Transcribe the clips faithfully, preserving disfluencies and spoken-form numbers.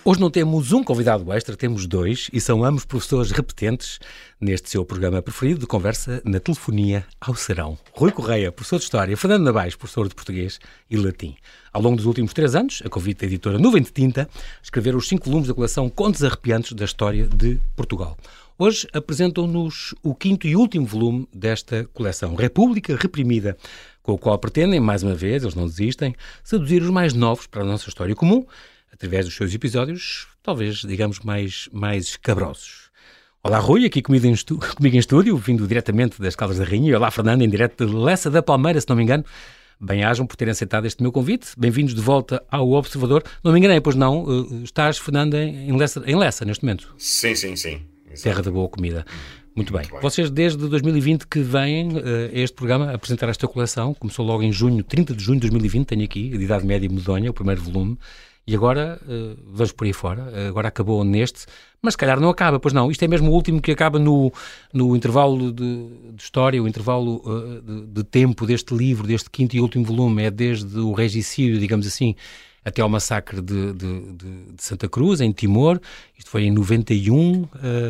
Hoje não temos um convidado extra, temos dois, e são ambos professores repetentes neste seu programa preferido de conversa na telefonia ao serão. Rui Correia, professor de História, Fernando Nabais, professor de Português e Latim. Ao longo dos últimos três anos, a convite da editora Nuvem de Tinta, escreveram os cinco volumes da coleção Contos Arrepiantes da História de Portugal. Hoje apresentam-nos o quinto e último volume desta coleção, República Reprimida, com o qual pretendem, mais uma vez, eles não desistem, seduzir os mais novos para a nossa história comum, através dos seus episódios, talvez, digamos, mais, mais escabrosos. Olá, Rui, aqui comigo em, estu- comigo em estúdio, vindo diretamente das Caldas da Rainha. E olá, Fernando, em direto de Lessa da Palmeira, se não me engano. Bem-ajam por terem aceitado este meu convite. Bem-vindos de volta ao Observador. Não me enganei, pois não, uh, estás, Fernando, em Lessa, em Lessa, neste momento? Sim, sim, sim. Exato. Terra da boa comida. Muito bem. Muito bem. Vocês, desde dois mil e vinte, que vêm uh, a este programa apresentar esta coleção. Começou logo em junho, trinta de junho de dois mil e vinte, tenho aqui, de Idade Média Medonha, o primeiro volume. E agora, uh, vamos por aí fora, agora acabou neste, mas se calhar não acaba, pois não, isto é mesmo o último que acaba no, no intervalo de, de história, o intervalo uh, de, de tempo deste livro, deste quinto e último volume, é desde o regicídio, digamos assim, até ao massacre de, de, de, de Santa Cruz, em Timor. Isto foi em noventa e um, uh,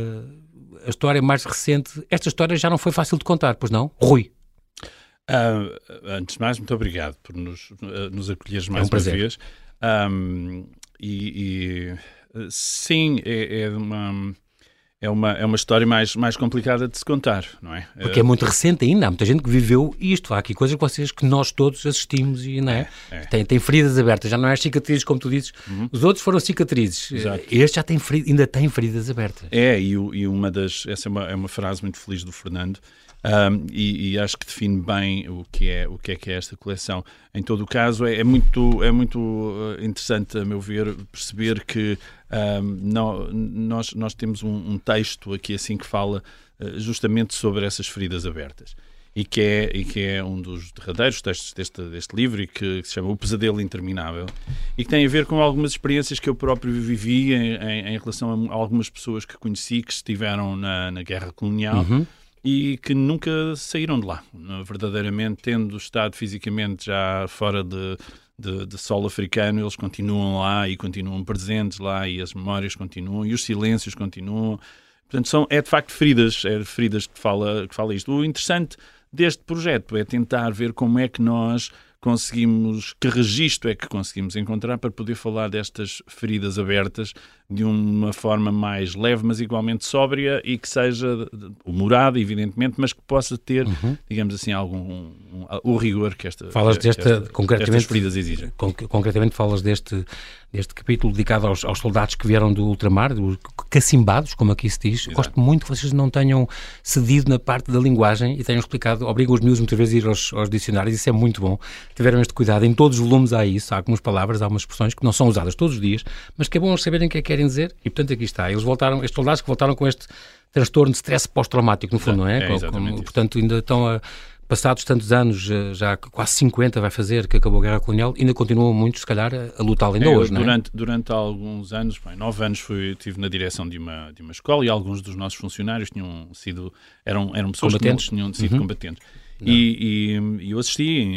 a história mais recente, esta história já não foi fácil de contar, pois não? Rui. Uh, antes de mais, muito obrigado por nos, uh, nos acolheres mais é um uma prazer. vez. Um, e, e sim, é, é, uma, é, uma, é uma história mais, mais complicada de se contar, não é? Porque é muito recente ainda, há muita gente que viveu isto, há aqui coisas que vocês, que nós todos assistimos e não é? É, é. Tem, tem feridas abertas, já não é cicatrizes como tu dizes, uhum. Os outros foram cicatrizes, Exato. Este já tem feri- ainda tem feridas abertas. É, e, e uma das, essa é uma, é uma frase muito feliz do Fernando. Um, e, e acho que define bem o que é, o que é, que é esta coleção. Em todo o caso, é, é muito, é muito interessante, a meu ver, perceber que um, não, nós, nós temos um, um texto aqui assim que fala uh, justamente sobre essas feridas abertas. E que, é, e que é um dos derradeiros textos deste, deste livro, e que, que se chama O Pesadelo Interminável, e que tem a ver com algumas experiências que eu próprio vivi em, em, em relação a algumas pessoas que conheci que estiveram na, na Guerra Colonial. Uhum. E que nunca saíram de lá, verdadeiramente, tendo estado fisicamente já fora de, de, de solo africano, eles continuam lá e continuam presentes lá, e as memórias continuam, e os silêncios continuam. Portanto, são, é de facto feridas, é de feridas que fala, que fala isto. O interessante deste projeto é tentar ver como é que nós conseguimos, que registro é que conseguimos encontrar para poder falar destas feridas abertas de uma forma mais leve, mas igualmente sóbria, e que seja humorada, evidentemente, mas que possa ter, uhum. digamos assim, algum um, um, o rigor que esta, falas que, desta, esta, concretamente, estas feridas exigem. Conc- concretamente falas deste, deste capítulo dedicado aos, aos soldados que vieram do ultramar, dos cacimbados, como aqui se diz. Exato. Gosto muito que vocês não tenham cedido na parte da linguagem e tenham explicado, obrigam os miúdos muitas vezes a ir aos, aos dicionários, isso é muito bom. Tiveram este cuidado, em todos os volumes há isso, há algumas palavras, há umas expressões que não são usadas todos os dias, mas que é bom eles saberem o que é que querem dizer, e portanto aqui está. Eles voltaram, estes soldados que voltaram com este transtorno de stress pós-traumático, no fundo, não é? É, exatamente Como, portanto, ainda estão a, passados tantos anos, já quase cinquenta vai fazer, que acabou a Guerra Colonial, ainda continuam muitos, se calhar, a lutar ainda é, hoje, não é? Durante, durante alguns anos, bem, nove anos, fui, estive na direção de uma, de uma escola, e alguns dos nossos funcionários tinham sido, eram, eram pessoas combatentes. que tinham sido uhum. combatentes. E, e, e eu assisti em,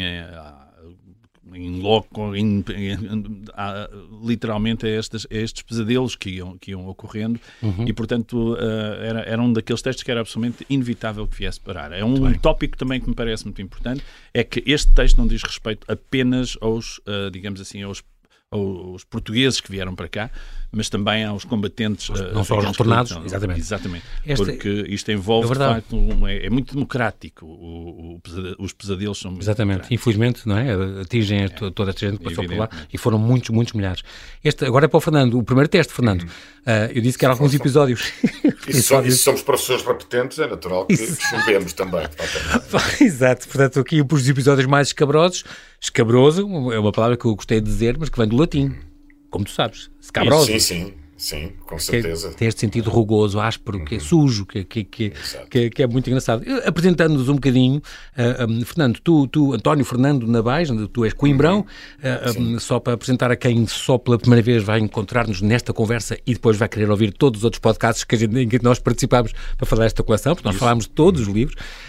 em loco, em, em, a, literalmente a, estas, a estes pesadelos que iam, que iam ocorrendo, uhum. e portanto uh, era, era um daqueles textos que era absolutamente inevitável que viesse parar. É um tópico também que me parece muito importante, é que este texto não diz respeito apenas aos, uh, digamos assim, aos aos portugueses que vieram para cá, mas também aos combatentes. Não só aos retornados, não, exatamente. Exatamente, este, porque isto envolve, é de facto, é, é muito democrático, o, o, os pesadelos são muito Exatamente, infelizmente, não é? Atingem é, toda esta gente que passou por lá, e foram muitos, muitos milhares. Este, agora é para o Fernando, o primeiro teste, Fernando. Uhum. Uh, eu disse que eram alguns episódios. E se somos professores repetentes, é natural que chumbemos também. Exato, portanto, aqui os episódios mais escabrosos. Escabroso é uma palavra que eu gostei de dizer, mas que vem do latim, como tu sabes. Scabroso. Sim, sim, sim, com certeza. Que tem este sentido rugoso, áspero, uhum. que é sujo, que, que, que, que, que é muito engraçado. Apresentando-nos um bocadinho, uh, um, Fernando, tu, tu, António Fernando Nabais, tu és coimbrão, uh, um, só para apresentar a quem só pela primeira vez vai encontrar-nos nesta conversa e depois vai querer ouvir todos os outros podcasts que a gente, em que nós participámos para falar desta coleção, porque nós Isso. falámos de todos os livros.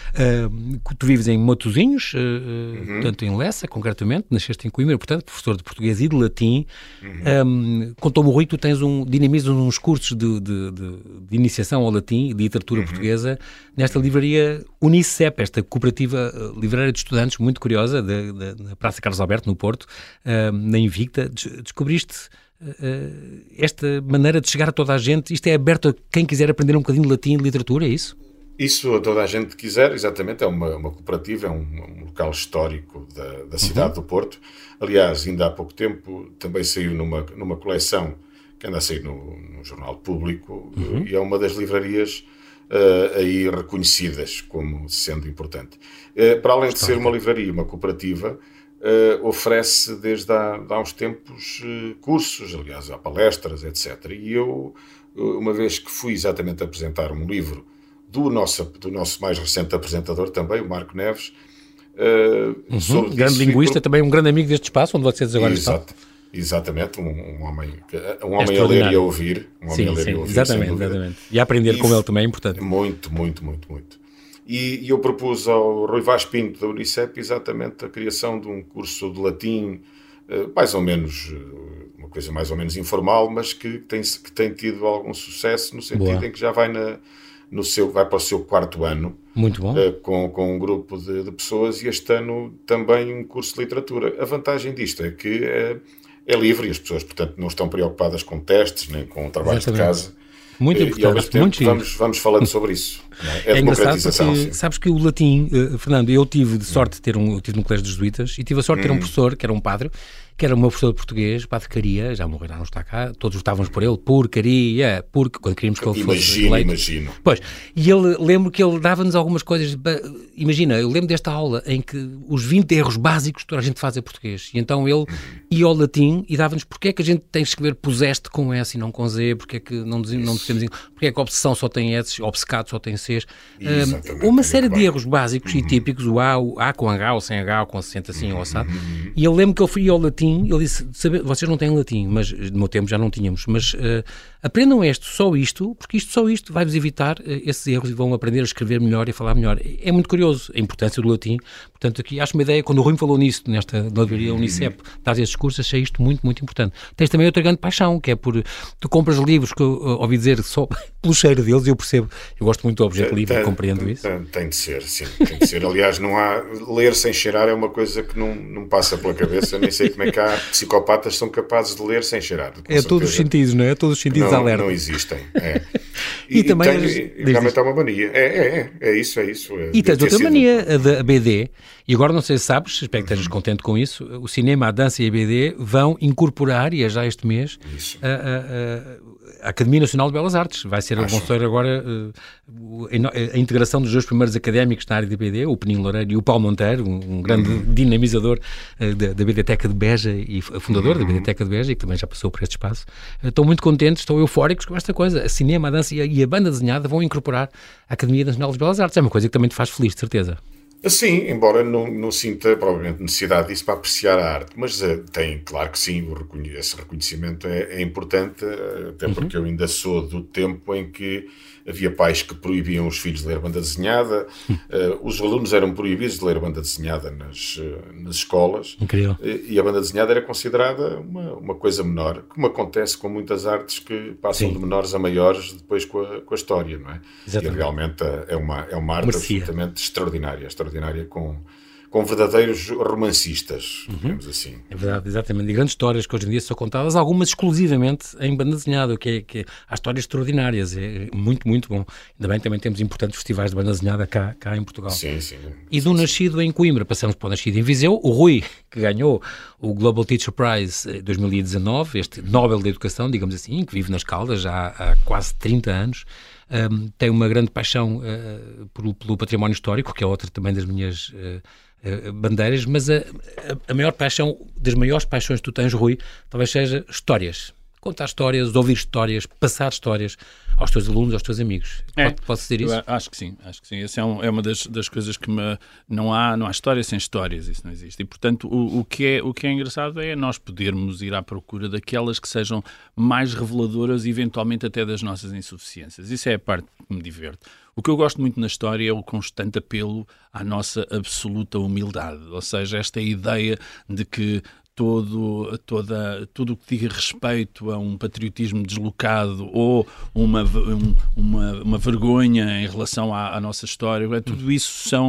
Uh, tu vives em Matosinhos, uh, uhum. portanto em Lessa, concretamente, nasceste em Coimbra, portanto, professor de português e de latim. Uhum. Um, contou-me o Rui que tu tens um, dinamizas uns cursos de, de, de, de iniciação ao latim e de literatura uhum. portuguesa nesta livraria Unicep, esta cooperativa livreira de estudantes muito curiosa, de, de, na Praça Carlos Alberto, no Porto, uh, na Invicta. Descobriste uh, esta maneira de chegar a toda a gente? Isto é aberto a quem quiser aprender um bocadinho de latim e de literatura, é isso? Isso a toda a gente que quiser, exatamente, é uma, uma cooperativa, é um, um local histórico da, da cidade uhum. do Porto. Aliás, ainda há pouco tempo também saiu numa, numa coleção que anda a sair no, no Jornal Público uhum. e é uma das livrarias uh, aí reconhecidas como sendo importante. Uh, para além de ser uma livraria, uma cooperativa, uh, oferece desde há, há uns tempos uh, cursos, aliás, há palestras, etcétera. E eu, uma vez que fui exatamente apresentar um livro do nosso, do nosso mais recente apresentador também, o Marco Neves. Uh, uhum, grande linguista, por... também um grande amigo deste espaço, onde vocês agora Exato, estão. Exatamente, um, um homem, um homem é a ler e a ouvir. Um homem sim, a ler sim, e a ouvir, exatamente, exatamente. E a aprender e com ele também é importante. Muito, muito, muito, muito. E, e eu propus ao Rui Vaz Pinto, da Unicep, exatamente a criação de um curso de latim, uh, mais ou menos, uh, uma coisa mais ou menos informal, mas que tem, que tem tido algum sucesso, no sentido Boa. em que já vai na... No seu, vai para o seu quarto ano. Muito bom. Uh, com, com um grupo de, de pessoas e este ano também um curso de literatura. A vantagem disto é que é, é livre e as pessoas, portanto, não estão preocupadas com testes nem com trabalhos Exatamente. de casa. Muito importante. E ao mesmo tempo muito vamos, vamos falando sobre isso. É, é democratização. Porque, sabes que o latim, uh, Fernando, eu tive de sorte de ter um, eu tive no Colégio dos Jesuítas e tive a sorte de ter um professor, que era um padre, que era o meu professor de português, Padre Caria, já morreu, não está cá, todos estávamos por ele, porcaria, porque quando queríamos que ele imagino, fosse eleito. Imagino, Pois, e ele, lembro que ele dava-nos algumas coisas, imagina, eu lembro desta aula em que os vinte erros básicos que toda a gente faz em português, e então ele ia ao latim e dava-nos porque é que a gente tem que escrever puseste com S e não com Z, porque é que não, não temos, porque é que a obsessão só tem S, obcecado só tem Cs, um, uma série de erros básicos uhum. e típicos, o A, o A com H ou sem H, ou com acento assim ou assado, uhum. e eu lembro que ele foi ao latim. Ele disse, sabe, vocês não têm latim, mas no meu tempo já não tínhamos, mas uh, aprendam este, só isto, porque isto só isto vai-vos evitar uh, esses erros e vão aprender a escrever melhor e a falar melhor. É muito curioso a importância do latim, portanto aqui acho uma ideia, quando o Rui me falou nisso, nesta livraria Unicep, dar esses cursos, achei isto muito, muito importante. Tens também outra grande paixão, que é por, tu compras livros que eu uh, ouvi dizer só pelo cheiro deles, eu percebo, eu gosto muito do objeto livre, tem, compreendo isso. Tem, tem de ser, sim, tem de ser. Aliás, não há, ler sem cheirar é uma coisa que não, não passa pela cabeça, eu nem sei como é que há psicopatas são capazes de ler sem cheirar. É todos os sentidos, não é? Todos os sentidos não, alerta. Não existem. É. E, e também... E realmente há uma mania. É, é, é, é isso, é isso. É, e tens outra sido... mania, a da B D, e agora não sei se sabes, espero que estejas uhum. contente com isso, o cinema, a dança e a B D vão incorporar, e é já este mês, a, a, a Academia Nacional de Belas Artes. Vai ser, vão ser agora uh, a, a integração dos dois primeiros académicos na área da B D, o Peninho Loureiro e o Paulo Monteiro, um, um grande uhum. dinamizador uh, da, da Biblioteca de Beja e fundador uhum. da Biblioteca de Beja, e que também já passou por este espaço. Uh, estão muito contentes, estão eufóricos com esta coisa. A cinema, a dança e a, e a banda desenhada vão incorporar a Academia Nacional de Belas Artes. É uma coisa que também te faz feliz, de certeza. Sim, embora não, não sinta provavelmente necessidade disso para apreciar a arte, mas uh, tem, claro que sim, o reconhe- esse reconhecimento é, é importante, uh, até porque uhum. eu ainda sou do tempo em que havia pais que proibiam os filhos de ler banda desenhada, uh, os alunos eram proibidos de ler banda desenhada nas, uh, nas escolas. Incrível. E, e a banda desenhada era considerada uma, uma coisa menor, como acontece com muitas artes que passam sim. de menores a maiores depois com a, com a história, não é? Exatamente. E realmente é uma, é uma arte Merecia. absolutamente extraordinária, extraordinária com, com verdadeiros romancistas, uhum. digamos assim. É verdade, exatamente. E grandes histórias que hoje em dia são contadas, algumas exclusivamente em banda desenhada, que é, que é, há histórias extraordinárias, é muito, muito bom. Ainda bem, também temos importantes festivais de banda desenhada cá, cá em Portugal. Sim, sim. E do sim, nascido sim. em Coimbra, passamos para o nascido em Viseu, o Rui, que ganhou o Global Teacher Prize dois mil e dezanove, este Nobel da Educação, digamos assim, que vive nas Caldas já há, há quase trinta anos. Um, tem uma grande paixão uh, pelo, pelo património histórico, que é outra também das minhas uh, uh, bandeiras, mas a, a, a maior paixão, das maiores paixões que tu tens, Rui, talvez seja histórias. Contar histórias, ouvir histórias, passar histórias aos teus alunos, aos teus amigos. É, Pode, pode ser isso? Acho que sim, acho que sim. Essa é, um, é uma das, das coisas que me... Não há, não há história sem histórias, isso não existe. E, portanto, o, o, que é, o que é engraçado é nós podermos ir à procura daquelas que sejam mais reveladoras, eventualmente até das nossas insuficiências. Isso é a parte que me diverte. O que eu gosto muito na história é o constante apelo à nossa absoluta humildade, ou seja, esta ideia de que Todo, toda, tudo o que diga respeito a um patriotismo deslocado ou uma, um, uma, uma vergonha em relação à, à nossa história, tudo isso são uh,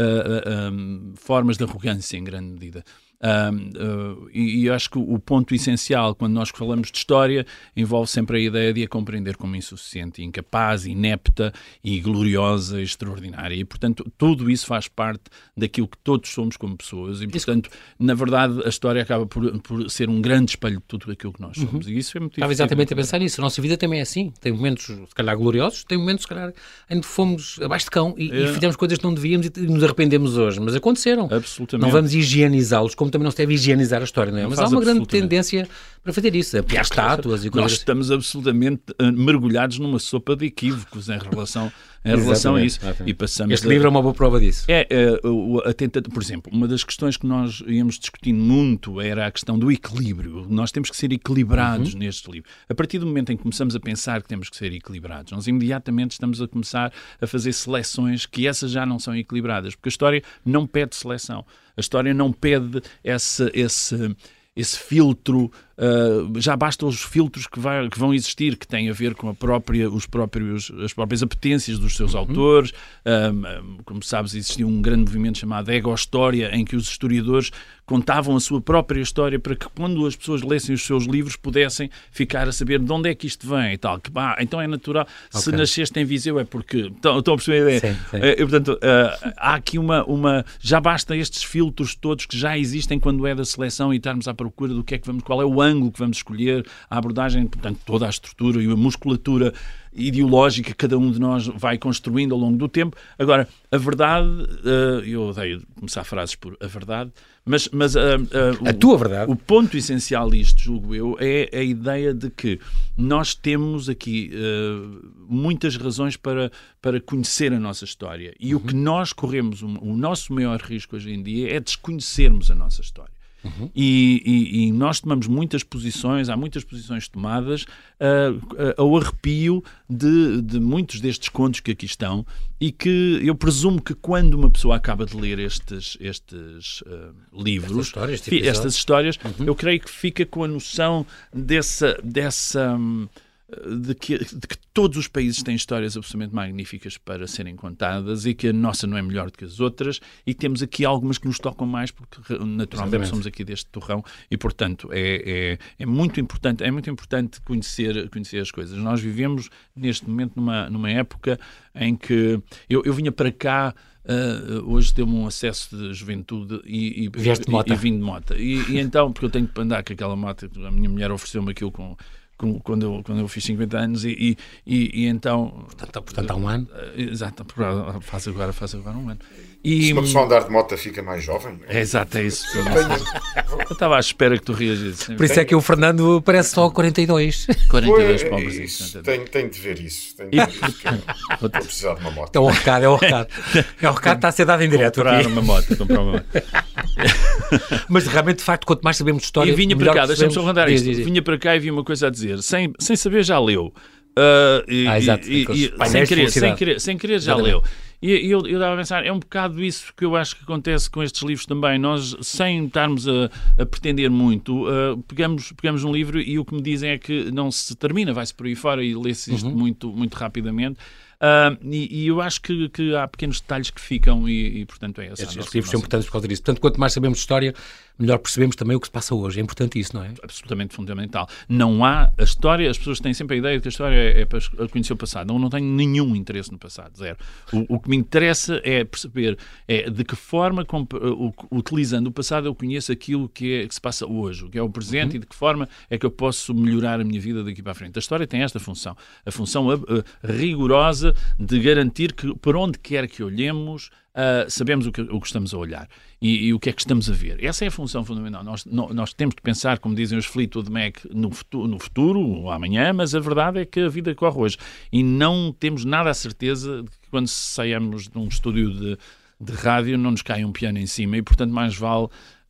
uh, um, formas de arrogância em grande medida. Um, uh, e, e acho que o ponto essencial quando nós falamos de história envolve sempre a ideia de a compreender como insuficiente, incapaz, inepta e gloriosa e extraordinária, e portanto tudo isso faz parte daquilo que todos somos como pessoas, e portanto na verdade a história acaba por, por ser um grande espelho de tudo aquilo que nós somos. Uhum. E isso é muito Estava exatamente a pensar nisso. A nossa vida também é assim, tem momentos se calhar gloriosos, tem momentos se calhar em que fomos abaixo de cão e, é. e fizemos coisas que não devíamos e nos arrependemos hoje, mas aconteceram. Absolutamente. Não vamos higienizá-los, como também não se deve higienizar a história, não é? Não Mas há uma grande tendência para fazer isso, a piar estátuas e coisas. Nós estamos absolutamente mergulhados numa sopa de equívocos em relação, em relação a isso. E passamos este a... livro é uma boa prova disso. É, é a tenta... Por exemplo, uma das questões que nós íamos discutindo muito era a questão do equilíbrio. Nós temos que ser equilibrados uhum. neste livro. A partir do momento em que começamos a pensar que temos que ser equilibrados, nós imediatamente estamos a começar a fazer seleções que essas já não são equilibradas, porque a história não pede seleção. A história não pede esse, esse, esse filtro, uh, já basta os filtros que, vai, que vão existir, que têm a ver com a própria, os próprios, as próprias apetências dos seus uhum. autores. Um, como sabes, existia um grande movimento chamado Ego-História, em que os historiadores contavam a sua própria história para que quando as pessoas lessem os seus livros pudessem ficar a saber de onde é que isto vem e tal. Que, bah, então é natural. Okay. Se nasceste em Viseu é porque... Estão, estão a perceber a ideia? Sim, sim. Uh, portanto, uh, há aqui uma, uma... Já basta estes filtros todos que já existem quando é da seleção e estarmos à procura do que é que vamos... Qual é o ângulo que vamos escolher, a abordagem, portanto, toda a estrutura e a musculatura ideológica que cada um de nós vai construindo ao longo do tempo. Agora, a verdade, uh, eu odeio começar frases por a verdade, mas, mas uh, uh, a o, tua verdade. O ponto essencial disto, julgo eu, é a ideia de que nós temos aqui uh, muitas razões para, para conhecer a nossa história, e uhum. o que nós corremos, o, o nosso maior risco hoje em dia é desconhecermos a nossa história. Uhum. E, e, e nós tomamos muitas posições, há muitas posições tomadas uh, uh, ao arrepio de, de muitos destes contos que aqui estão, e que eu presumo que quando uma pessoa acaba de ler estes, estes uh, livros, estas histórias, fi, estas histórias uhum. eu creio que fica com a noção dessa... dessa um, De que, de que todos os países têm histórias absolutamente magníficas para serem contadas, e que a nossa não é melhor do que as outras, e temos aqui algumas que nos tocam mais porque naturalmente Exatamente. somos aqui deste torrão, e portanto é, é, é muito importante, é muito importante conhecer, conhecer as coisas. Nós vivemos neste momento numa, numa época em que eu, eu vinha para cá. Uh, hoje deu-me um acesso de juventude e, e, de moto. e, e vim de moto e, e então, porque eu tenho que andar com aquela moto, a minha mulher ofereceu-me aquilo com Quando eu, quando eu fiz cinquenta anos, e, e, e, e então... Portanto, portanto, há um ano? Exato, faz agora, faz agora um ano. E, se uma pessoa andar de moto fica mais jovem? É, exato, é isso. Eu estava à espera que tu reagisses. Por isso é que o Fernando parece só quarenta e dois. quarenta e dois palmas. É isso, tenho, tenho de ver isso. Tenho de ver isso. Vou precisar de uma moto. É um recado, é um recado. É um recado que está a ser dado em direto. Comprar uma moto, comprar uma moto. Mas realmente, de facto, quanto mais sabemos de história... E vinha para cá, deixa-me só contar isto. Diz, diz. Vinha para cá e vi uma coisa a dizer. Sem, sem saber, já leu. Uh, e, ah, exato. E, e, sem, querer, sem, querer, sem querer, já Exatamente. leu. E eu, eu dava a pensar, é um bocado isso que eu acho que acontece com estes livros também. Nós, sem estarmos a, a pretender muito, uh, pegamos, pegamos um livro e o que me dizem é que não se termina, vai-se por aí fora e lê-se isto uhum. muito, muito rapidamente. Uh, e, e eu acho que, que há pequenos detalhes que ficam e, e portanto, é essa. Estes nossa, livros são importantes por causa disso. Portanto, quanto mais sabemos de história, melhor percebemos também o que se passa hoje. É importante isso, não é? Absolutamente fundamental. Não há a história, as pessoas têm sempre a ideia de que a história é, é para conhecer o passado. Não, não tenho nenhum interesse no passado, zero. O, o que me interessa é perceber é de que forma, com, o, utilizando o passado, eu conheço aquilo que, é, que se passa hoje, o que é o presente, uhum. e de que forma é que eu posso melhorar a minha vida daqui para a frente. A história tem esta função, a função uh, uh, rigorosa de garantir que, por onde quer que olhemos, Uh, sabemos o que, o que estamos a olhar e, e o que é que estamos a ver. Essa é a função fundamental. Nós, no, nós temos de pensar, como dizem os Fleetwood Mac, no futuro, no futuro ou amanhã, mas a verdade é que a vida corre hoje. E não temos nada a certeza de que quando saímos de um estúdio de, de rádio não nos cai um piano em cima, e portanto mais vale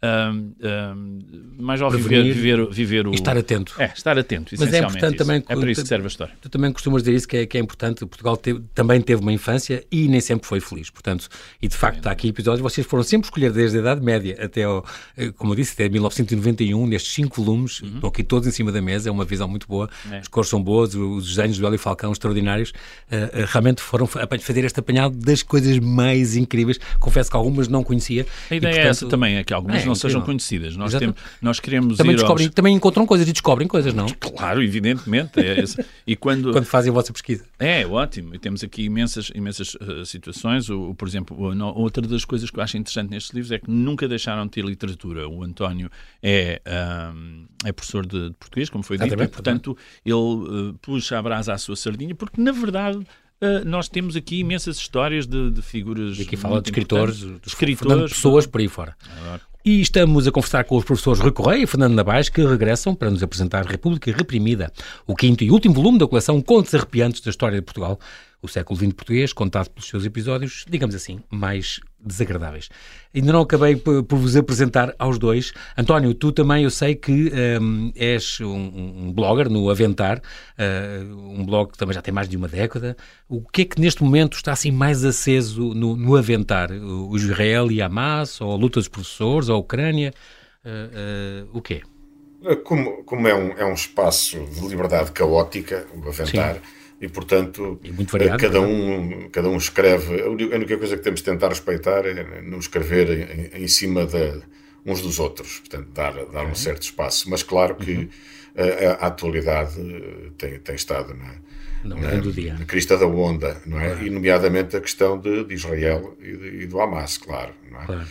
Um, um, mais vale viver, viver, viver o... E estar atento. É, estar atento, Mas essencialmente. é importante isso. também... É para isso que serve a história. Tu também costumas dizer isso, que é, que é importante. Portugal teve, também teve uma infância e nem sempre foi feliz. Portanto, e de facto, há aqui episódios, vocês foram sempre escolher desde a Idade Média até, ao, como eu disse, até mil novecentos e noventa e um, nestes cinco volumes, uhum. estão aqui todos em cima da mesa, é uma visão muito boa, é. As cores são boas, os desenhos do Hélio Falcão extraordinários, uh, uh, realmente foram fazer este apanhado das coisas mais incríveis. Confesso que algumas não conhecia. A ideia e, portanto, é essa também, é que algumas é, não incrível. Sejam conhecidas. Nós, temos, nós queremos também ir descobrem, aos... Também encontram coisas e descobrem coisas, não? Claro, evidentemente. É e quando... quando fazem a vossa pesquisa. É, ótimo. E temos aqui imensas, imensas uh, situações. O, o, por exemplo, o, no, outra das coisas que eu acho interessante nestes livros é que nunca deixaram de ter literatura. O António é, um, é professor de, de português, como foi dito, e, portanto, ele uh, puxa a brasa à sua sardinha, porque, na verdade... Uh, nós temos aqui imensas histórias de, de figuras... E aqui fala de escritores, de escritores, pessoas por aí fora. Ah, e estamos a conversar com os professores Rui Correia e Fernando Nabais, que regressam para nos apresentar República Reprimida, o quinto e último volume da coleção Contos Arrepiantes da História de Portugal, o século vinte português, contado pelos seus episódios, digamos assim, mais desagradáveis. Ainda não acabei por, por vos apresentar aos dois. António, tu também, eu sei que um, és um, um blogger no Aventar, uh, um blog que também já tem mais de uma década. O que é que neste momento está assim mais aceso no, no Aventar? O Israel e Hamas, ou a luta dos professores, ou a Ucrânia? Uh, uh, o quê? Como, como é, um, é um espaço de liberdade caótica, o Aventar, sim. E, portanto, e muito variado, cada, um, cada um escreve... A única coisa que temos de tentar respeitar é não escrever em, em cima de uns dos outros. Portanto, dar, dar um certo espaço. Mas, claro que uhum. a, a atualidade tem, tem estado na, na, do dia. na crista da onda, não é? Claro. E, nomeadamente, a questão de, de Israel e, de, e do Hamas, claro. Não é? Claro.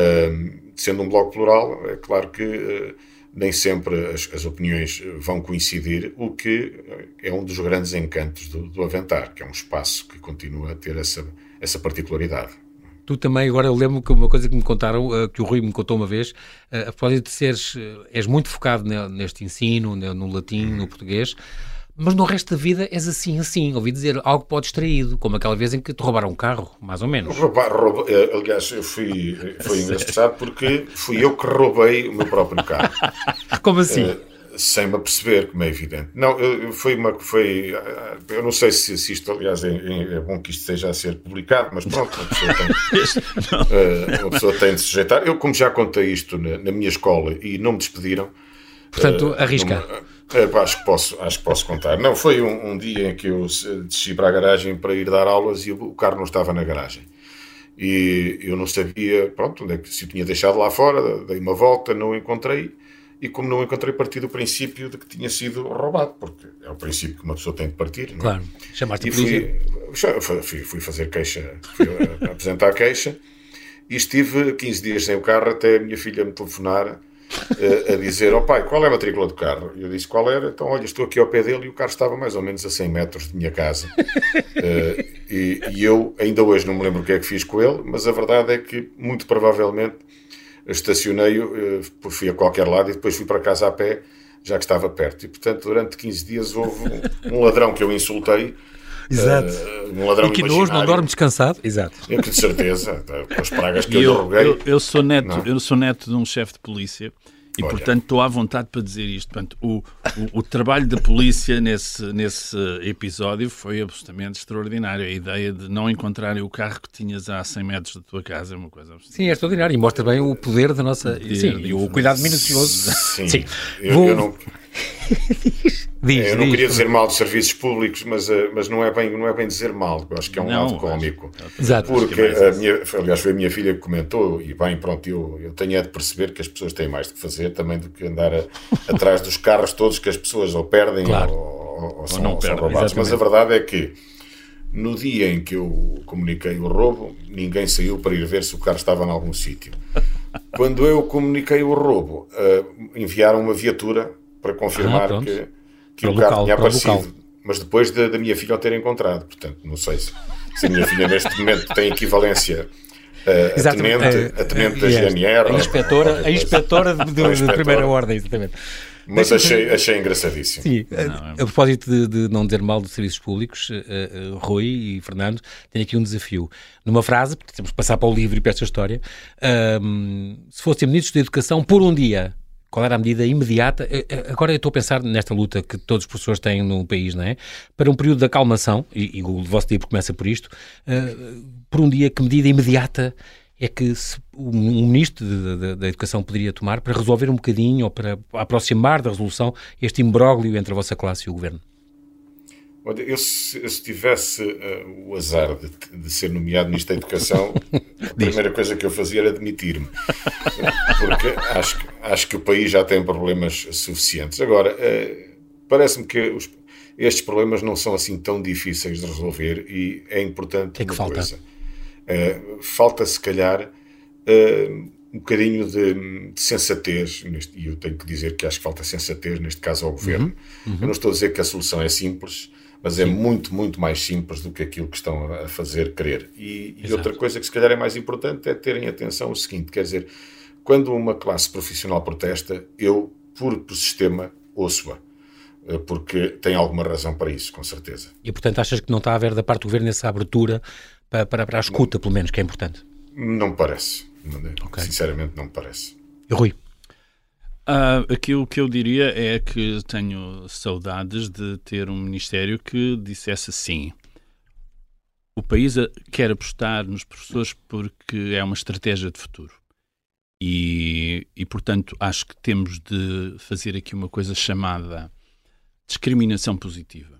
Uh, sendo um blog plural, é claro que... Uh, nem sempre as, as opiniões vão coincidir, o que é um dos grandes encantos do, do Aventar, que é um espaço que continua a ter essa, essa particularidade. Tu também, agora eu lembro que uma coisa que me contaram, uh, que o Rui me contou uma vez, uh, a propósito de seres, uh, és muito focado ne, neste ensino, ne, no latim, hum. no português, mas no resto da vida és assim, assim, ouvi dizer, algo pode distraído, como aquela vez em que te roubaram um carro, mais ou menos. Roubar, rouba, aliás, eu fui, foi engraçado porque fui eu que roubei o meu próprio carro. Como assim? Uh, sem me aperceber, como é evidente. Não, foi uma, foi, eu não sei se, se isto, aliás, é, é bom que isto esteja a ser publicado, mas pronto, uma pessoa tem, uh, uma pessoa tem de se sujeitar. Eu, como já contei isto na, na minha escola e não me despediram, portanto, uh, arrisca. Não, É, acho, que posso, acho que posso contar. Não, foi um, um dia em que eu desci para a garagem para ir dar aulas e o carro não estava na garagem. E eu não sabia, pronto, onde é que se eu tinha deixado lá fora, dei uma volta, não o encontrei. E como não o encontrei, parti do princípio de que tinha sido roubado, porque é o princípio que uma pessoa tem de partir. Não é? Claro, chamaste a polícia. Fui, fui, fui fazer queixa, fui apresentar a queixa e estive quinze dias sem o carro até a minha filha me telefonar a dizer, ó oh, pai, qual é a matrícula do carro? E eu disse, qual era? Então, olha, estou aqui ao pé dele e o carro estava mais ou menos a cem metros de minha casa. uh, e, e eu ainda hoje não me lembro o que é que fiz com ele, mas a verdade é que, muito provavelmente, estacionei-o, uh, fui a qualquer lado e depois fui para casa a pé, já que estava perto. E, portanto, durante quinze dias houve um, um ladrão que eu insultei. Exato. Uh, um ladrão e que hoje não dorme descansado. Exato. Eu que de certeza, com as pragas que eu, eu roguei. Eu, eu, sou neto, eu sou neto de um chefe de polícia e, olha, portanto, estou à vontade para dizer isto. Portanto, o, o, o trabalho da polícia nesse, nesse episódio foi absolutamente extraordinário. A ideia de não encontrarem o carro que tinhas a cem metros da tua casa é uma coisa absolutamente... Sim, é extraordinário e mostra bem o poder da nossa... Poder, sim, e o cuidado minucioso. Sim, sim. Eu, Vou... eu não... diz, diz, eu não diz, queria dizer mal dos serviços públicos, mas, mas não, é bem, não é bem dizer mal, eu acho que é um não, lado cómico. Exato. Porque, a minha, aliás, foi a minha filha que comentou, e bem, pronto, eu, eu tenho é de perceber que as pessoas têm mais de fazer também do que andar a, atrás dos carros todos que as pessoas ou perdem, claro, ou, ou, ou, são, não perdem, são roubados. Exatamente. Mas a verdade é que no dia em que eu comuniquei o roubo, ninguém saiu para ir ver se o carro estava em algum sítio. Quando eu comuniquei o roubo, uh, enviaram uma viatura para confirmar ah, que, que o local, carro tinha aparecido, mas depois da, da minha filha o ter encontrado. Portanto, não sei se, se a minha filha neste momento tem equivalência uh, a tenente, a tenente uh, da G N R. A inspetora, a inspetora de, de, de primeira ordem, exatamente. Mas achei, achei engraçadíssimo. Sim, a, a propósito de, de não dizer mal de serviços públicos, uh, uh, Rui e Fernando, tenho aqui um desafio. Numa frase, porque temos que passar para o livro e para esta história, uh, se fossem ministros da Educação por um dia, qual era a medida imediata? Agora eu estou a pensar nesta luta que todos os professores têm no país, não é? Para um período de acalmação, e, e o vosso livro começa por isto, uh, por um dia, que medida imediata é que se, um, um ministro da Educação poderia tomar para resolver um bocadinho ou para aproximar da resolução este imbróglio entre a vossa classe e o governo? Olha, eu se, eu se tivesse uh, o azar de, de ser nomeado ministro da Educação, a primeira coisa que eu fazia era demitir-me. Porque acho, acho que o país já tem problemas suficientes. Agora, uh, parece-me que os, estes problemas não são assim tão difíceis de resolver e é importante que é que uma falta? coisa. Uh, falta, se calhar, uh, um bocadinho de, de sensatez, neste, e eu tenho que dizer que acho que falta sensatez, neste caso, ao governo. Uhum, uhum. Eu não estou a dizer que a solução é simples, mas Sim. é muito, muito mais simples do que aquilo que estão a fazer crer. E, e outra coisa que se calhar é mais importante é terem atenção ao seguinte, quer dizer, quando uma classe profissional protesta, eu, por, por sistema, ouço-a. Porque tem alguma razão para isso, com certeza. E, portanto, achas que não está a haver da parte do governo essa abertura para, para, para a escuta, não, pelo menos, que é importante? Não me parece. Okay. Sinceramente, não me parece. E Rui? Uh, aquilo que eu diria é que tenho saudades de ter um ministério que dissesse assim: o país quer apostar nos professores porque é uma estratégia de futuro. E, e, portanto, acho que temos de fazer aqui uma coisa chamada discriminação positiva.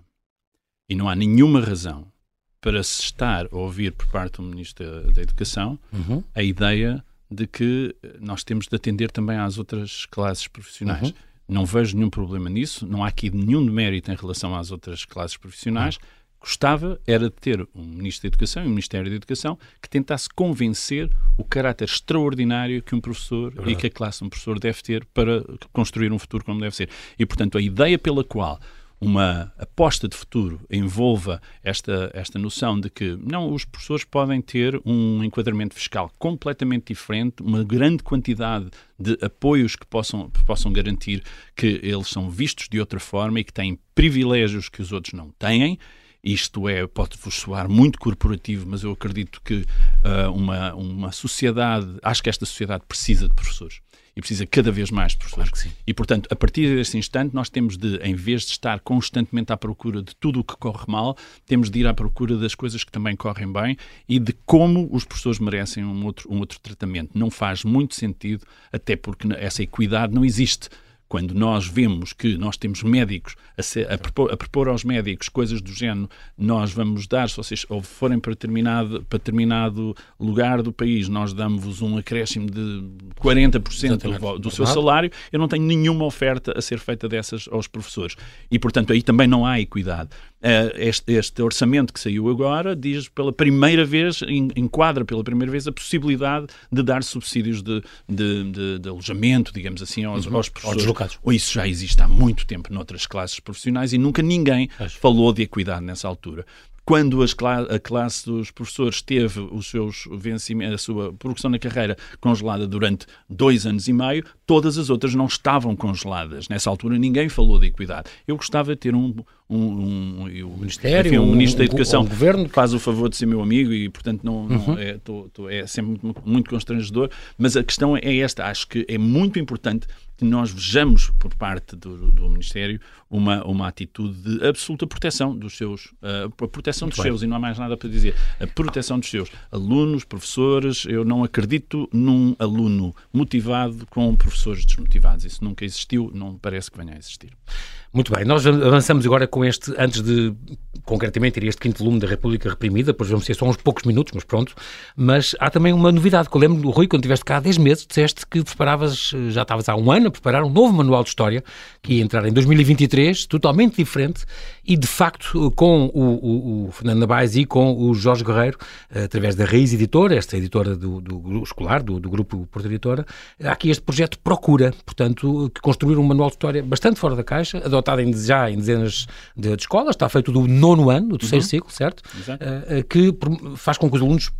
E não há nenhuma razão para se estar a ouvir por parte do Ministro da, da Educação uhum. a ideia de que nós temos de atender também às outras classes profissionais. Uhum. Não vejo nenhum problema nisso, não há aqui nenhum demérito em relação às outras classes profissionais. Uhum. Gostava era de ter um Ministro da Educação e um Ministério da Educação que tentasse convencer o caráter extraordinário que um professor é e que a classe de um professor deve ter para construir um futuro como deve ser. E, portanto, a ideia pela qual uma aposta de futuro envolva esta, esta noção de que não, os professores podem ter um enquadramento fiscal completamente diferente, uma grande quantidade de apoios que possam, possam garantir que eles são vistos de outra forma e que têm privilégios que os outros não têm. Isto é, pode-vos soar muito corporativo, mas eu acredito que uh, uma, uma sociedade, acho que esta sociedade precisa de professores. E precisa cada vez mais de professores. Claro que sim. E, portanto, a partir desse instante, nós temos de, em vez de estar constantemente à procura de tudo o que corre mal, temos de ir à procura das coisas que também correm bem e de como os professores merecem um outro, um outro tratamento. Não faz muito sentido, até porque essa equidade não existe. Quando nós vemos que nós temos médicos a, ser, a, propor, a propor aos médicos coisas do género, nós vamos dar, se vocês ou forem para determinado, para determinado lugar do país, nós damos-vos um acréscimo de quarenta por cento do, do seu salário, eu não tenho nenhuma oferta a ser feita dessas aos professores. E, portanto, aí também não há equidade. Este, este orçamento que saiu agora diz pela primeira vez, enquadra pela primeira vez a possibilidade de dar subsídios de, de, de, de alojamento, digamos assim, aos, uhum. aos professores. Deslocados. Ou isso já existe há muito tempo noutras classes profissionais e nunca ninguém Acho. falou de equidade nessa altura. Quando as cla- a classe dos professores teve os seus vencimentos, a sua progressão na carreira congelada durante dois anos e meio, todas as outras não estavam congeladas. Nessa altura ninguém falou de equidade. Eu gostava de ter um, um, um, um, Ministério, enfim, um, um Ministro um, da Educação um, um governo que faz o favor de ser meu amigo e, portanto, não, não uhum. é, tô, tô, é sempre muito, muito constrangedor. Mas a questão é esta. Acho que é muito importante que nós vejamos por parte do, do Ministério uma, uma atitude de absoluta proteção dos seus, uh, a proteção Muito dos bem. seus, e não há mais nada para dizer, a proteção dos seus alunos, professores. Eu não acredito num aluno motivado com professores desmotivados. Isso nunca existiu, não parece que venha a existir. Muito bem, nós avançamos agora com este, antes de concretamente ir a este quinto volume da República Reprimida, depois vamos ter só uns poucos minutos, mas pronto, mas há também uma novidade, que eu lembro do Rui, quando estiveste cá há dez meses, disseste que preparavas, já estavas há um ano a preparar um novo manual de história, que ia entrar em dois mil e vinte e três, totalmente diferente, e de facto com o, o, o Fernando Nabais e com o Jorge Guerreiro, através da Raiz Editora, esta editora do, do escolar, do, do grupo Porto Editora, há aqui este projeto Procura, portanto, que construir um manual de história bastante fora da caixa, adotado em, já em dezenas de, de escolas, está feito do nono ano, do terceiro uhum. ciclo, certo? Uh, que faz com que os alunos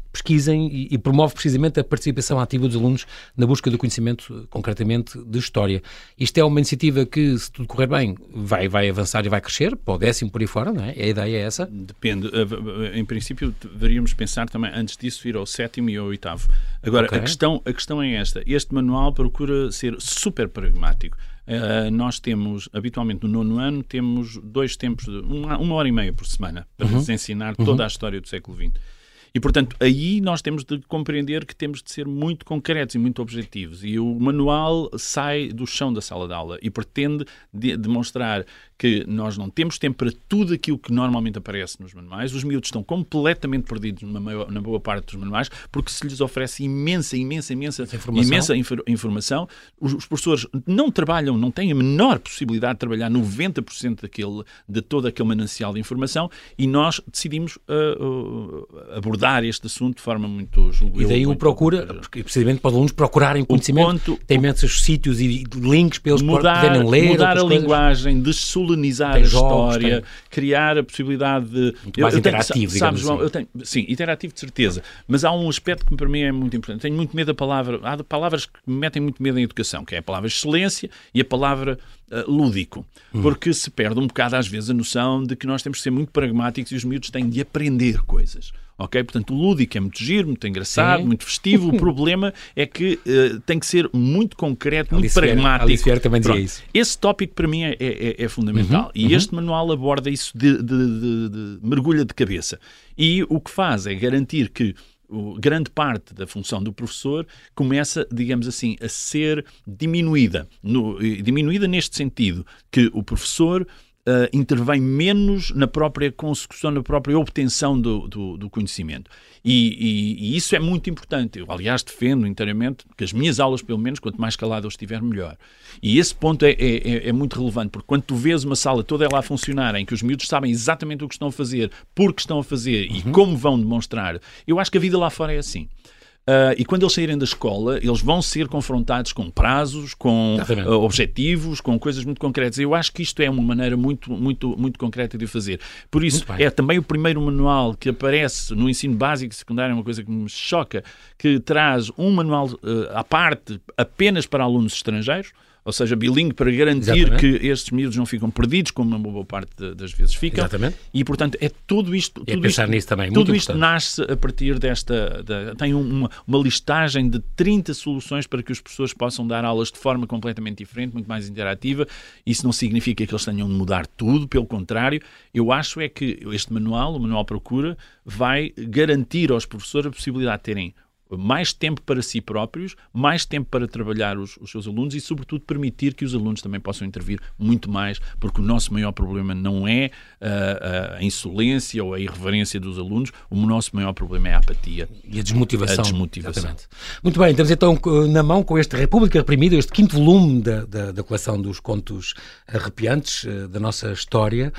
pesquisem e, e promove precisamente a participação ativa dos alunos na busca do conhecimento, concretamente, de História. Isto é uma iniciativa que, se tudo correr bem, vai, vai avançar e vai crescer, para o décimo por aí fora, não é? A ideia é essa? Depende. Em princípio, deveríamos pensar também, antes disso, ir ao sétimo e ao oitavo. Agora, okay. a, questão, a questão é esta. Este manual procura ser super pragmático. Uh, nós temos, habitualmente no nono ano, temos dois tempos, de, uma, uma hora e meia por semana, para uhum. nos ensinar uhum. toda a história do século vinte. E, portanto, aí nós temos de compreender que temos de ser muito concretos e muito objetivos. E o manual sai do chão da sala de aula e pretende de, demonstrar que nós não temos tempo para tudo aquilo que normalmente aparece nos manuais. Os miúdos estão completamente perdidos na, maior, na boa parte dos manuais, porque se lhes oferece imensa, imensa, imensa informação. Imensa infor, informação. Os, os professores não trabalham, não têm a menor possibilidade de trabalhar noventa por cento daquele, de todo aquele manancial de informação, e nós decidimos uh, uh, abordar este assunto de forma muito... E daí o procura, porque, precisamente para os alunos procurarem conhecimento, ponto, tem imensos sítios e links para eles mudar, poderem ler. Mudar a coisas. linguagem, dessolenizar tem a jogos, história, tem... criar a possibilidade de... Muito mais eu, eu interativo, tenho, sabes, João, assim. eu tenho, sim, interativo de certeza, mas há um aspecto que para mim é muito importante. Tenho muito medo da palavra... Há palavras que me metem muito medo em educação, que é a palavra excelência e a palavra uh, lúdico, hum. porque se perde um bocado às vezes a noção de que nós temos que ser muito pragmáticos e os miúdos têm de aprender coisas. Ok? Portanto, o lúdico é muito giro, muito engraçado, Sim. muito festivo. O problema é que uh, tem que ser muito concreto, muito Alice pragmático. Alice Vieira também dizia isso. Esse tópico para mim é, é, é fundamental. Uhum, e uhum. este manual aborda isso de, de, de, de mergulha de cabeça. E o que faz é garantir que o, grande parte da função do professor começa, digamos assim, a ser diminuída. No, diminuída neste sentido, que o professor... Uh, intervém menos na própria consecução, na própria obtenção do, do, do conhecimento. E, e, e isso é muito importante. Eu, aliás, defendo inteiramente que as minhas aulas, pelo menos, quanto mais calado eu estiver, melhor. E esse ponto é, é, é muito relevante, porque quando tu vês uma sala toda ela a funcionar, em que os miúdos sabem exatamente o que estão a fazer, por que estão a fazer uhum. e como vão demonstrar, eu acho que a vida lá fora é assim. Uh, e quando eles saírem da escola, eles vão ser confrontados com prazos, com uh, objetivos, com coisas muito concretas. Eu acho que isto é uma maneira muito, muito, muito concreta de o fazer. Por isso, é também o primeiro manual que aparece no ensino básico e secundário, é uma coisa que me choca, que traz um manual uh, à parte apenas para alunos estrangeiros, ou seja, bilingue, para garantir Exatamente. que estes miúdos não ficam perdidos, como uma boa parte de, das vezes ficam. Exatamente. E, portanto, é tudo isto... E tudo pensar isto, nisso também, tudo muito isto importante. nasce a partir desta... Da, tem uma, uma listagem de trinta soluções para que os professores possam dar aulas de forma completamente diferente, muito mais interativa. Isso não significa que eles tenham de mudar tudo, pelo contrário. Eu acho é que este manual, o Manual Procura, vai garantir aos professores a possibilidade de terem mais tempo para si próprios, mais tempo para trabalhar os, os seus alunos e, sobretudo, permitir que os alunos também possam intervir muito mais, porque o nosso maior problema não é uh, a insolência ou a irreverência dos alunos, o nosso maior problema é a apatia. E a desmotivação. A desmotivação. Exatamente. Muito bem, estamos então na mão com este República Reprimida, este quinto volume da, da, da coleção dos contos arrepiantes uh, da nossa história.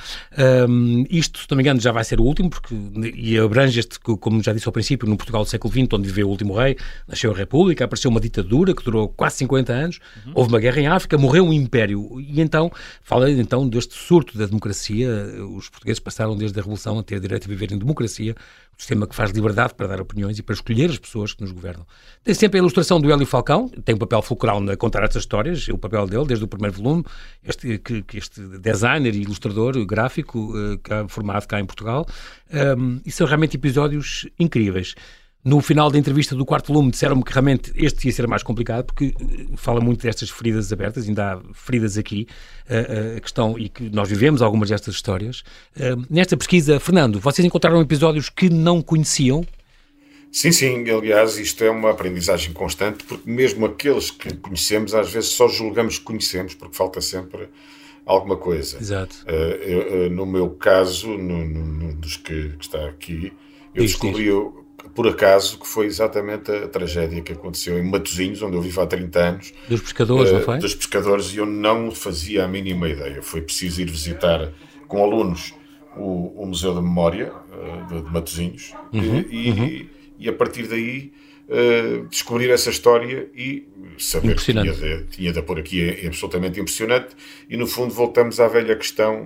Um, isto, se não me engano, já vai ser o último, porque e abrange este, como já disse ao princípio, no Portugal do século vinte, onde viveu o último rei, nasceu a República, apareceu uma ditadura que durou quase cinquenta anos, uhum. houve uma guerra em África, morreu um império. E então, fala então deste surto da democracia. Os portugueses passaram desde a Revolução a ter direito a viver em democracia, um sistema que faz liberdade para dar opiniões e para escolher as pessoas que nos governam. Tem sempre a ilustração do Hélio Falcão, tem um papel fulcral na contar estas histórias, o papel dele, desde o primeiro volume, este, que, que este designer e ilustrador gráfico uh, que é formado cá em Portugal, um, e são realmente episódios incríveis. No final da entrevista do quarto volume disseram-me que realmente este ia ser mais complicado porque fala muito destas feridas abertas, ainda há feridas aqui, uh, uh, que estão, e que nós vivemos algumas destas histórias. Uh, nesta pesquisa, Fernando, vocês encontraram episódios que não conheciam? Sim, sim, aliás, isto é uma aprendizagem constante, porque mesmo aqueles que conhecemos, às vezes só julgamos que conhecemos, porque falta sempre alguma coisa. Exato. Uh, eu, uh, no meu caso, no, no, no dos que, que está aqui, eu Diz, descobri... diz. Eu, por acaso, que foi exatamente a tragédia que aconteceu em Matosinhos, onde eu vivo há trinta anos. Dos pescadores, uh, não foi? Dos pescadores, e eu não fazia a mínima ideia. Foi preciso ir visitar com alunos o, o Museu da Memória uh, de, de Matosinhos uhum, e, uhum. e, e a partir daí uh, descobrir essa história e saber que tinha de, tinha de pôr aqui é, é absolutamente impressionante. E no fundo voltamos à velha questão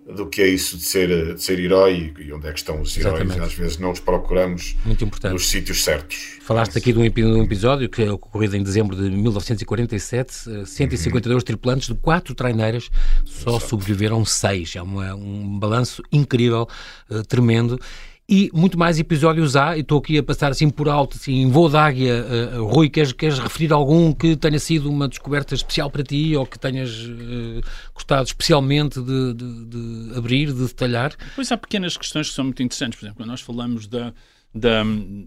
do que é isso de ser, de ser herói e onde é que estão os heróis. Exatamente. Às vezes não os procuramos nos sítios certos. Falaste aqui de um, de um episódio que é ocorrido em dezembro de mil novecentos e quarenta e sete, cento e cinquenta e dois uhum. tripulantes de quatro traineiras, só Exato. sobreviveram seis. É uma, um balanço incrível, uh, tremendo. E muito mais episódios há, e estou aqui a passar assim por alto, assim, em voo de águia. Uh, Rui, queres, queres referir algum que tenha sido uma descoberta especial para ti, ou que tenhas uh, gostado especialmente de, de, de abrir, de detalhar? Pois há pequenas questões que são muito interessantes. Por exemplo, quando nós falamos da, da,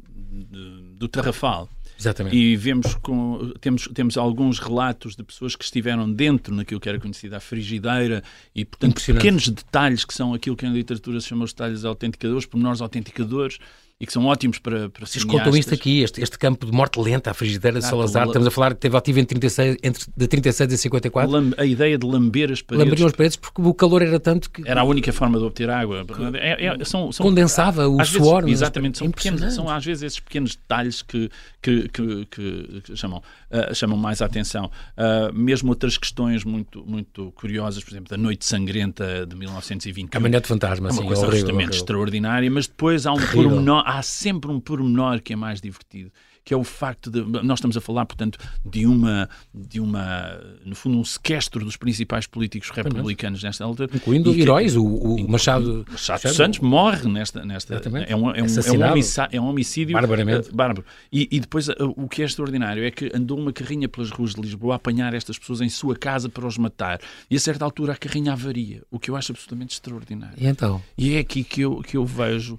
de, do Tarrafal, Exatamente. E vemos com, temos, temos alguns relatos de pessoas que estiveram dentro naquilo que era conhecida a frigideira e, portanto, pequenos detalhes que são aquilo que na literatura se chama os detalhes autenticadores, pormenores autenticadores, e que são ótimos para, para Vocês contam isto aqui, este, este campo de morte lenta, a frigideira de ah, Salazar, estamos a falar que teve ativo em trinta e seis, entre, de trinta e seis a cinquenta e quatro. A ideia de lamber as paredes. Lamberiam as paredes porque o calor era tanto que... Era a única forma de obter água. É, é, são, são, condensava o suor. Vezes, exatamente, são, pequenos, são às vezes esses pequenos detalhes que, que, que, que, que chamam, uh, chamam mais a atenção. Uh, mesmo outras questões muito, muito curiosas, por exemplo, da Noite Sangrenta de mil novecentos e vinte e um. Caminhonete Fantasma, é uma assim, coisa horrível, absolutamente horrível. extraordinária, mas depois há um pormenor, há sempre um pormenor que é mais divertido, que é o facto de... Nós estamos a falar, portanto, de uma, de uma no fundo, um sequestro dos principais políticos republicanos nesta altura. Incluindo que, heróis, o, o Machado... Machado dos Santos morre nesta... nesta é, um, é, um, é, um homicídio, é um homicídio... Barbaramente. Uh, bárbaro. E, e depois, uh, o que é extraordinário é que andou uma carrinha pelas ruas de Lisboa a apanhar estas pessoas em sua casa para os matar. E a certa altura a carrinha avaria, o que eu acho absolutamente extraordinário. E então? E é aqui que eu, que eu vejo...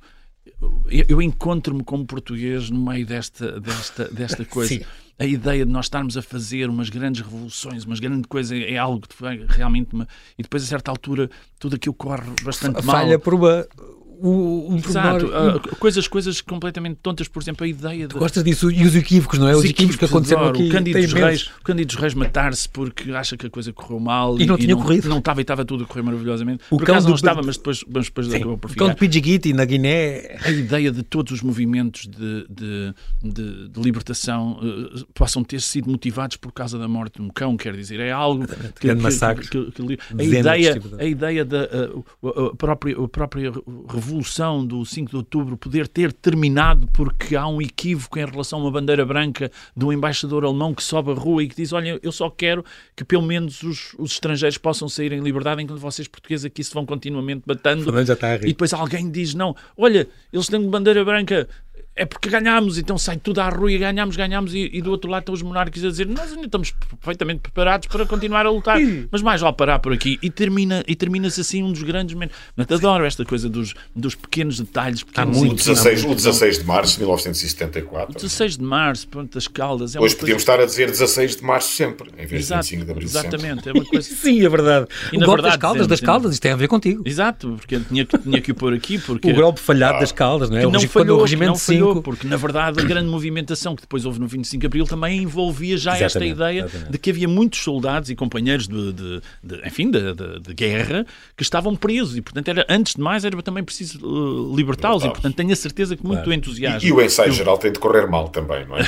Eu encontro-me como português no meio desta, desta, desta coisa. Sim. A ideia de nós estarmos a fazer umas grandes revoluções, umas grandes coisas, é algo que realmente... Uma... E depois, a certa altura, tudo aquilo corre bastante mal. Falha por uma... O, um Exato, uh, coisas, coisas completamente tontas, por exemplo, a ideia de... Tu gostas disso, e os equívocos, não é? Os, os equívocos, equívocos que aconteceram adoro. aqui. O Cândido dos Reis, o Cândido dos Reis matar-se porque acha que a coisa correu mal. E, e não e tinha não, corrido. Não estava e estava tudo a correr maravilhosamente. O por acaso do... não estava, mas depois, mas depois acabou por ficar. O cão de Pidjigiti na Guiné... A ideia de todos os movimentos de, de, de, de libertação uh, possam ter sido motivados por causa da morte de um cão, quer dizer, é algo... Que, que, que, que, que, a, ideia, a ideia da uh, a própria, a própria revolução do cinco de outubro poder ter terminado porque há um equívoco em relação a uma bandeira branca de um embaixador alemão que sobe a rua e que diz, olha, eu só quero que pelo menos os, os estrangeiros possam sair em liberdade enquanto vocês portugueses aqui se vão continuamente batendo. Já está a rir. E depois alguém diz, não, olha, eles têm bandeira branca, é porque ganhámos, então sai tudo à rua e ganhámos, ganhámos, e, e do outro lado estão os monárquicos a dizer, nós ainda estamos perfeitamente preparados para continuar a lutar, mas mais vale parar por aqui. E, termina, e termina-se assim um dos grandes momentos. Mas adoro esta coisa dos, dos pequenos detalhes. Pequenos muito, dezasseis, o dezasseis de março de mil novecentos e setenta e quatro. dezasseis de março, pronto, das Caldas. É Hoje uma podíamos coisa... estar a dizer dezasseis de março sempre, em vez Exato, de vinte e cinco de abril exatamente, sempre. é uma coisa... Sim, é verdade. E o na golpe verdade, das Caldas, das Caldas, isto tem a ver contigo. Exato, porque tinha que, tinha que o pôr aqui. Porque... O golpe falhado ah, das Caldas, não é? Que não o, falhou, o regimento não falhou, cinco... porque na verdade a grande movimentação que depois houve no vinte e cinco de abril também envolvia já exatamente, esta ideia exatamente. de que havia muitos soldados e companheiros de, de, de enfim, de, de, de guerra que estavam presos e, portanto, era, antes de mais era também preciso uh, libertá-los e, portanto, tenho a certeza que muito claro. entusiasmo. E, e o ensaio geral tem de correr mal também, não é?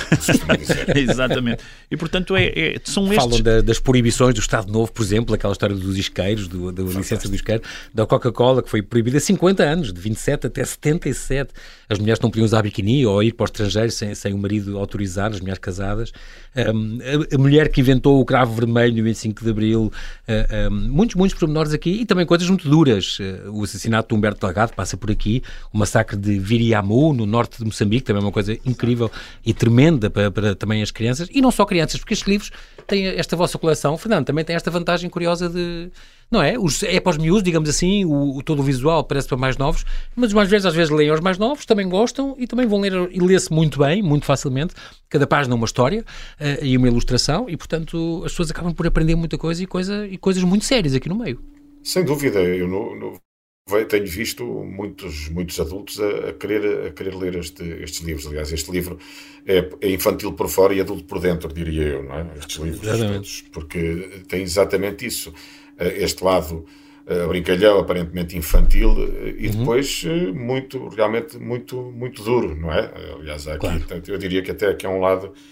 Exatamente. E, portanto, é, é, são estes... Falam da, das proibições do Estado Novo, por exemplo, aquela história dos isqueiros, do, da licença do isqueiro, da Coca-Cola, que foi proibida há cinquenta anos, de vinte e sete até setenta e sete. As mulheres não podiam usar biquíni ou ir para o estrangeiro sem, sem o marido autorizar, as mulheres casadas. Um, a, a mulher que inventou o cravo vermelho no vinte e cinco de abril. Uh, um, muitos, muitos pormenores aqui e também coisas muito duras. Uh, o assassinato de Humberto Delgado passa por aqui. O massacre de Viriamu, no norte de Moçambique, também é uma coisa incrível e tremenda para, para também as crianças. E não só crianças, porque estes livros têm esta vossa coleção, Fernando, também tem esta vantagem curiosa de... Não é? Os, é para os miúdos, digamos assim, o, o todo o visual parece para mais novos, mas mais vezes, às vezes leem aos mais novos, também gostam e também vão ler e lê-se muito bem, muito facilmente. Cada página é uma história uh, e uma ilustração e, portanto, as pessoas acabam por aprender muita coisa e, coisa, e coisas muito sérias aqui no meio. Sem dúvida, eu no, no, tenho visto muitos, muitos adultos a, a, querer, a querer ler este, estes livros. Aliás, este livro é, é infantil por fora e adulto por dentro, diria eu, não é? Estes livros todos, porque tem exatamente isso. Este lado uh, brincalhão, aparentemente infantil, uh, e uhum. depois uh, muito, realmente muito, muito duro, não é? Aliás, aqui, claro. Portanto, eu diria que até aqui é um lado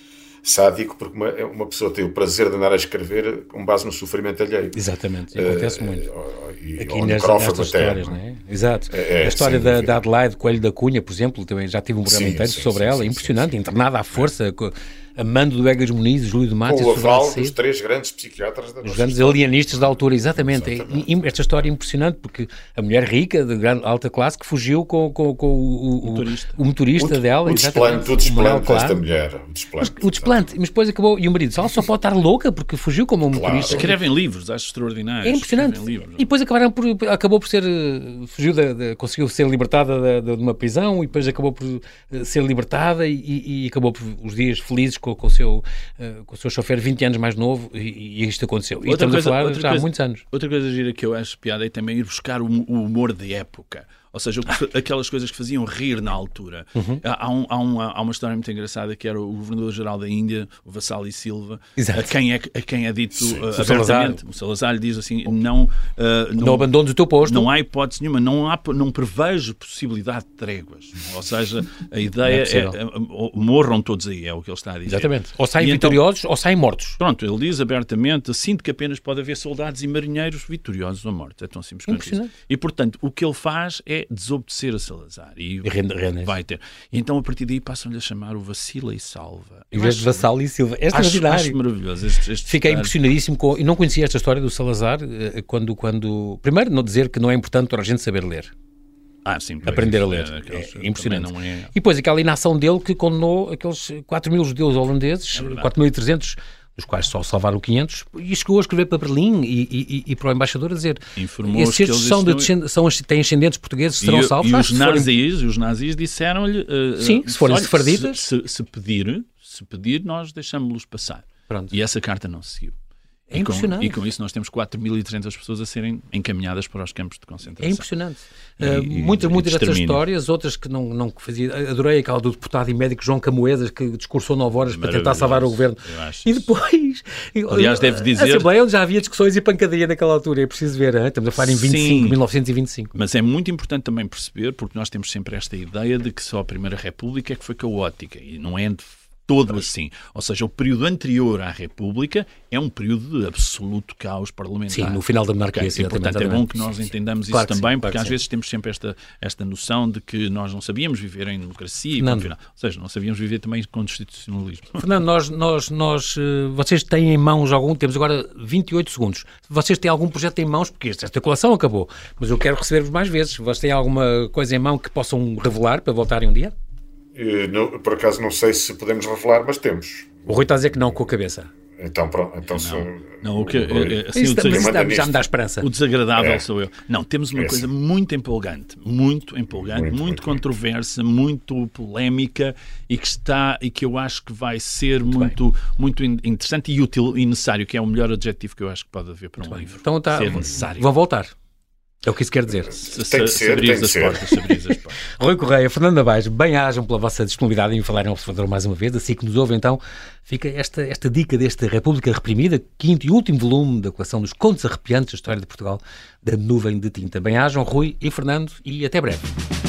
sádico, porque uma, uma pessoa tem o prazer de andar a escrever com base no sofrimento alheio. Exatamente, acontece uh, muito. E, aqui nas, nestas histórias, não é? Exato. É, é, a história da, da Adelaide Coelho da Cunha, por exemplo, também já tive um programa inteiro sobre sim, ela, sim, impressionante, sim, sim. internada à força, é. amando do Egas Muniz, Júlio de Matos... Com o aval dos três grandes psiquiatras da Os grandes história. alienistas da altura, exatamente. exatamente. E, esta história é impressionante, porque a mulher rica, de grande, alta classe, que fugiu com, com, com o, o, motorista. o motorista o, dela... O desplante, o desplante desta mulher. O desplante, mas, o desplante. Mas depois acabou... E o marido disse, ela só pode estar louca, porque fugiu como um claro. motorista. Escrevem livros, acho extraordinário. É impressionante. Livros. E depois acabaram por... Acabou por ser... Fugiu da, da, conseguiu ser libertada da, da, de uma prisão e depois acabou por ser libertada e, e, e acabou por os dias felizes com, com o seu... Uh, com o seu chofer vinte anos mais novo e, e isto aconteceu. E outra estamos coisa, a falar outra já coisa, há muitos anos. Outra coisa gira que eu acho piada é também ir buscar o, o humor de época. Ou seja, aquelas coisas que faziam rir na altura. Uhum. Há, um, há, uma, há uma história muito engraçada que era o governador-geral da Índia, o Vassali Silva, a quem, é, a quem é dito Sim, uh, abertamente. O Salazar lhe diz assim, não, uh, não, não abandones o teu posto. Não há hipótese nenhuma, não, há, não prevejo possibilidade de tréguas. Ou seja, a ideia é, é, é morram todos aí, é o que ele está a dizer. Exatamente. Ou saem e vitoriosos então, ou saem mortos. Pronto, ele diz abertamente, sinto que apenas pode haver soldados e marinheiros vitoriosos ou mortos. É tão simples quanto isso. E, portanto, o que ele faz é desobedecer a Salazar e, e rende, rende. vai ter. E então a partir daí passam-lhe a chamar o Vacila e Salva. Em vez de Vassal e Silva. É extraordinário. Acho, acho maravilhoso. Este, este Fiquei detalhe. impressionadíssimo com... E não conhecia esta história do Salazar quando... quando primeiro, não dizer que não é importante para a gente saber ler. Ah, sim, aprender a ler. É, é impressionante. Não é... E depois aquela inação dele que condenou aqueles quatro mil judeus holandeses, é quatro mil e trezentos, dos quais só salvaram quinhentos, e chegou a escrever para Berlim e, e, e para o embaixador a dizer se estes são, de, são têm ascendentes portugueses, serão e, salvos. E os nazis, forem... os nazis disseram-lhe uh, sim, se forem sefarditas se, se, se pedir, se pedir, nós deixamos-los passar. Pronto. E essa carta não se seguiu. É impressionante. E com, e com isso nós temos quatro mil e trezentas pessoas a serem encaminhadas para os campos de concentração. É impressionante. E, uh, e, muitas e muitas destas histórias, outras que não, não fazia. Adorei aquela do deputado e médico João Camoedas, que discursou nove horas para tentar salvar o governo. E depois... Aliás, deve dizer... A Assembleia onde já havia discussões e pancadaria naquela altura. É preciso ver, hein? Estamos a falar em vinte e cinco, Sim, mil novecentos e vinte e cinco. Mas é muito importante também perceber, porque nós temos sempre esta ideia de que só a Primeira República é que foi caótica. E não é de todo assim. Ou seja, o período anterior à República é um período de absoluto caos parlamentar. Sim, no final da monarquia. Okay, e, portanto, é bom que nós entendamos claro isso também, sim, porque claro às vezes temos sempre esta, esta noção de que nós não sabíamos viver em democracia. E, final, ou seja, não sabíamos viver também com constitucionalismo. Fernando, nós, nós, nós, vocês têm em mãos algum... Temos agora vinte e oito segundos. Vocês têm algum projeto em mãos? Porque esta colação acabou. Mas eu quero receber-vos mais vezes. Vocês têm alguma coisa em mão que possam revelar para voltarem um dia? Não, por acaso não sei se podemos revelar, mas temos. O Rui está a dizer que não com a cabeça. Então pronto. Então não, sou, não, o que, o, assim, isso, o desag... já me dá esperança. O desagradável é. sou eu. Não, temos uma é coisa assim. muito empolgante, muito empolgante, muito, muito, muito controversa, muito. muito polémica e que está e que eu acho que vai ser muito, muito, muito interessante e útil e necessário, que é o melhor adjetivo que eu acho que pode haver para um muito livro. Bem. Então tá, ser necessário. Vão voltar. É o que isso quer dizer. Se, tem que ser, tem que ser. Portas, as portas. Rui Correia, Fernando Abais, bem-ajam pela vossa disponibilidade em falar em Observador mais uma vez. Assim que nos ouve, então, fica esta, esta dica desta República Reprimida, quinto e último volume da coleção dos Contos Arrepiantes da História de Portugal, da Nuvem de Tinta. Bem-ajam, Rui e Fernando, e até breve.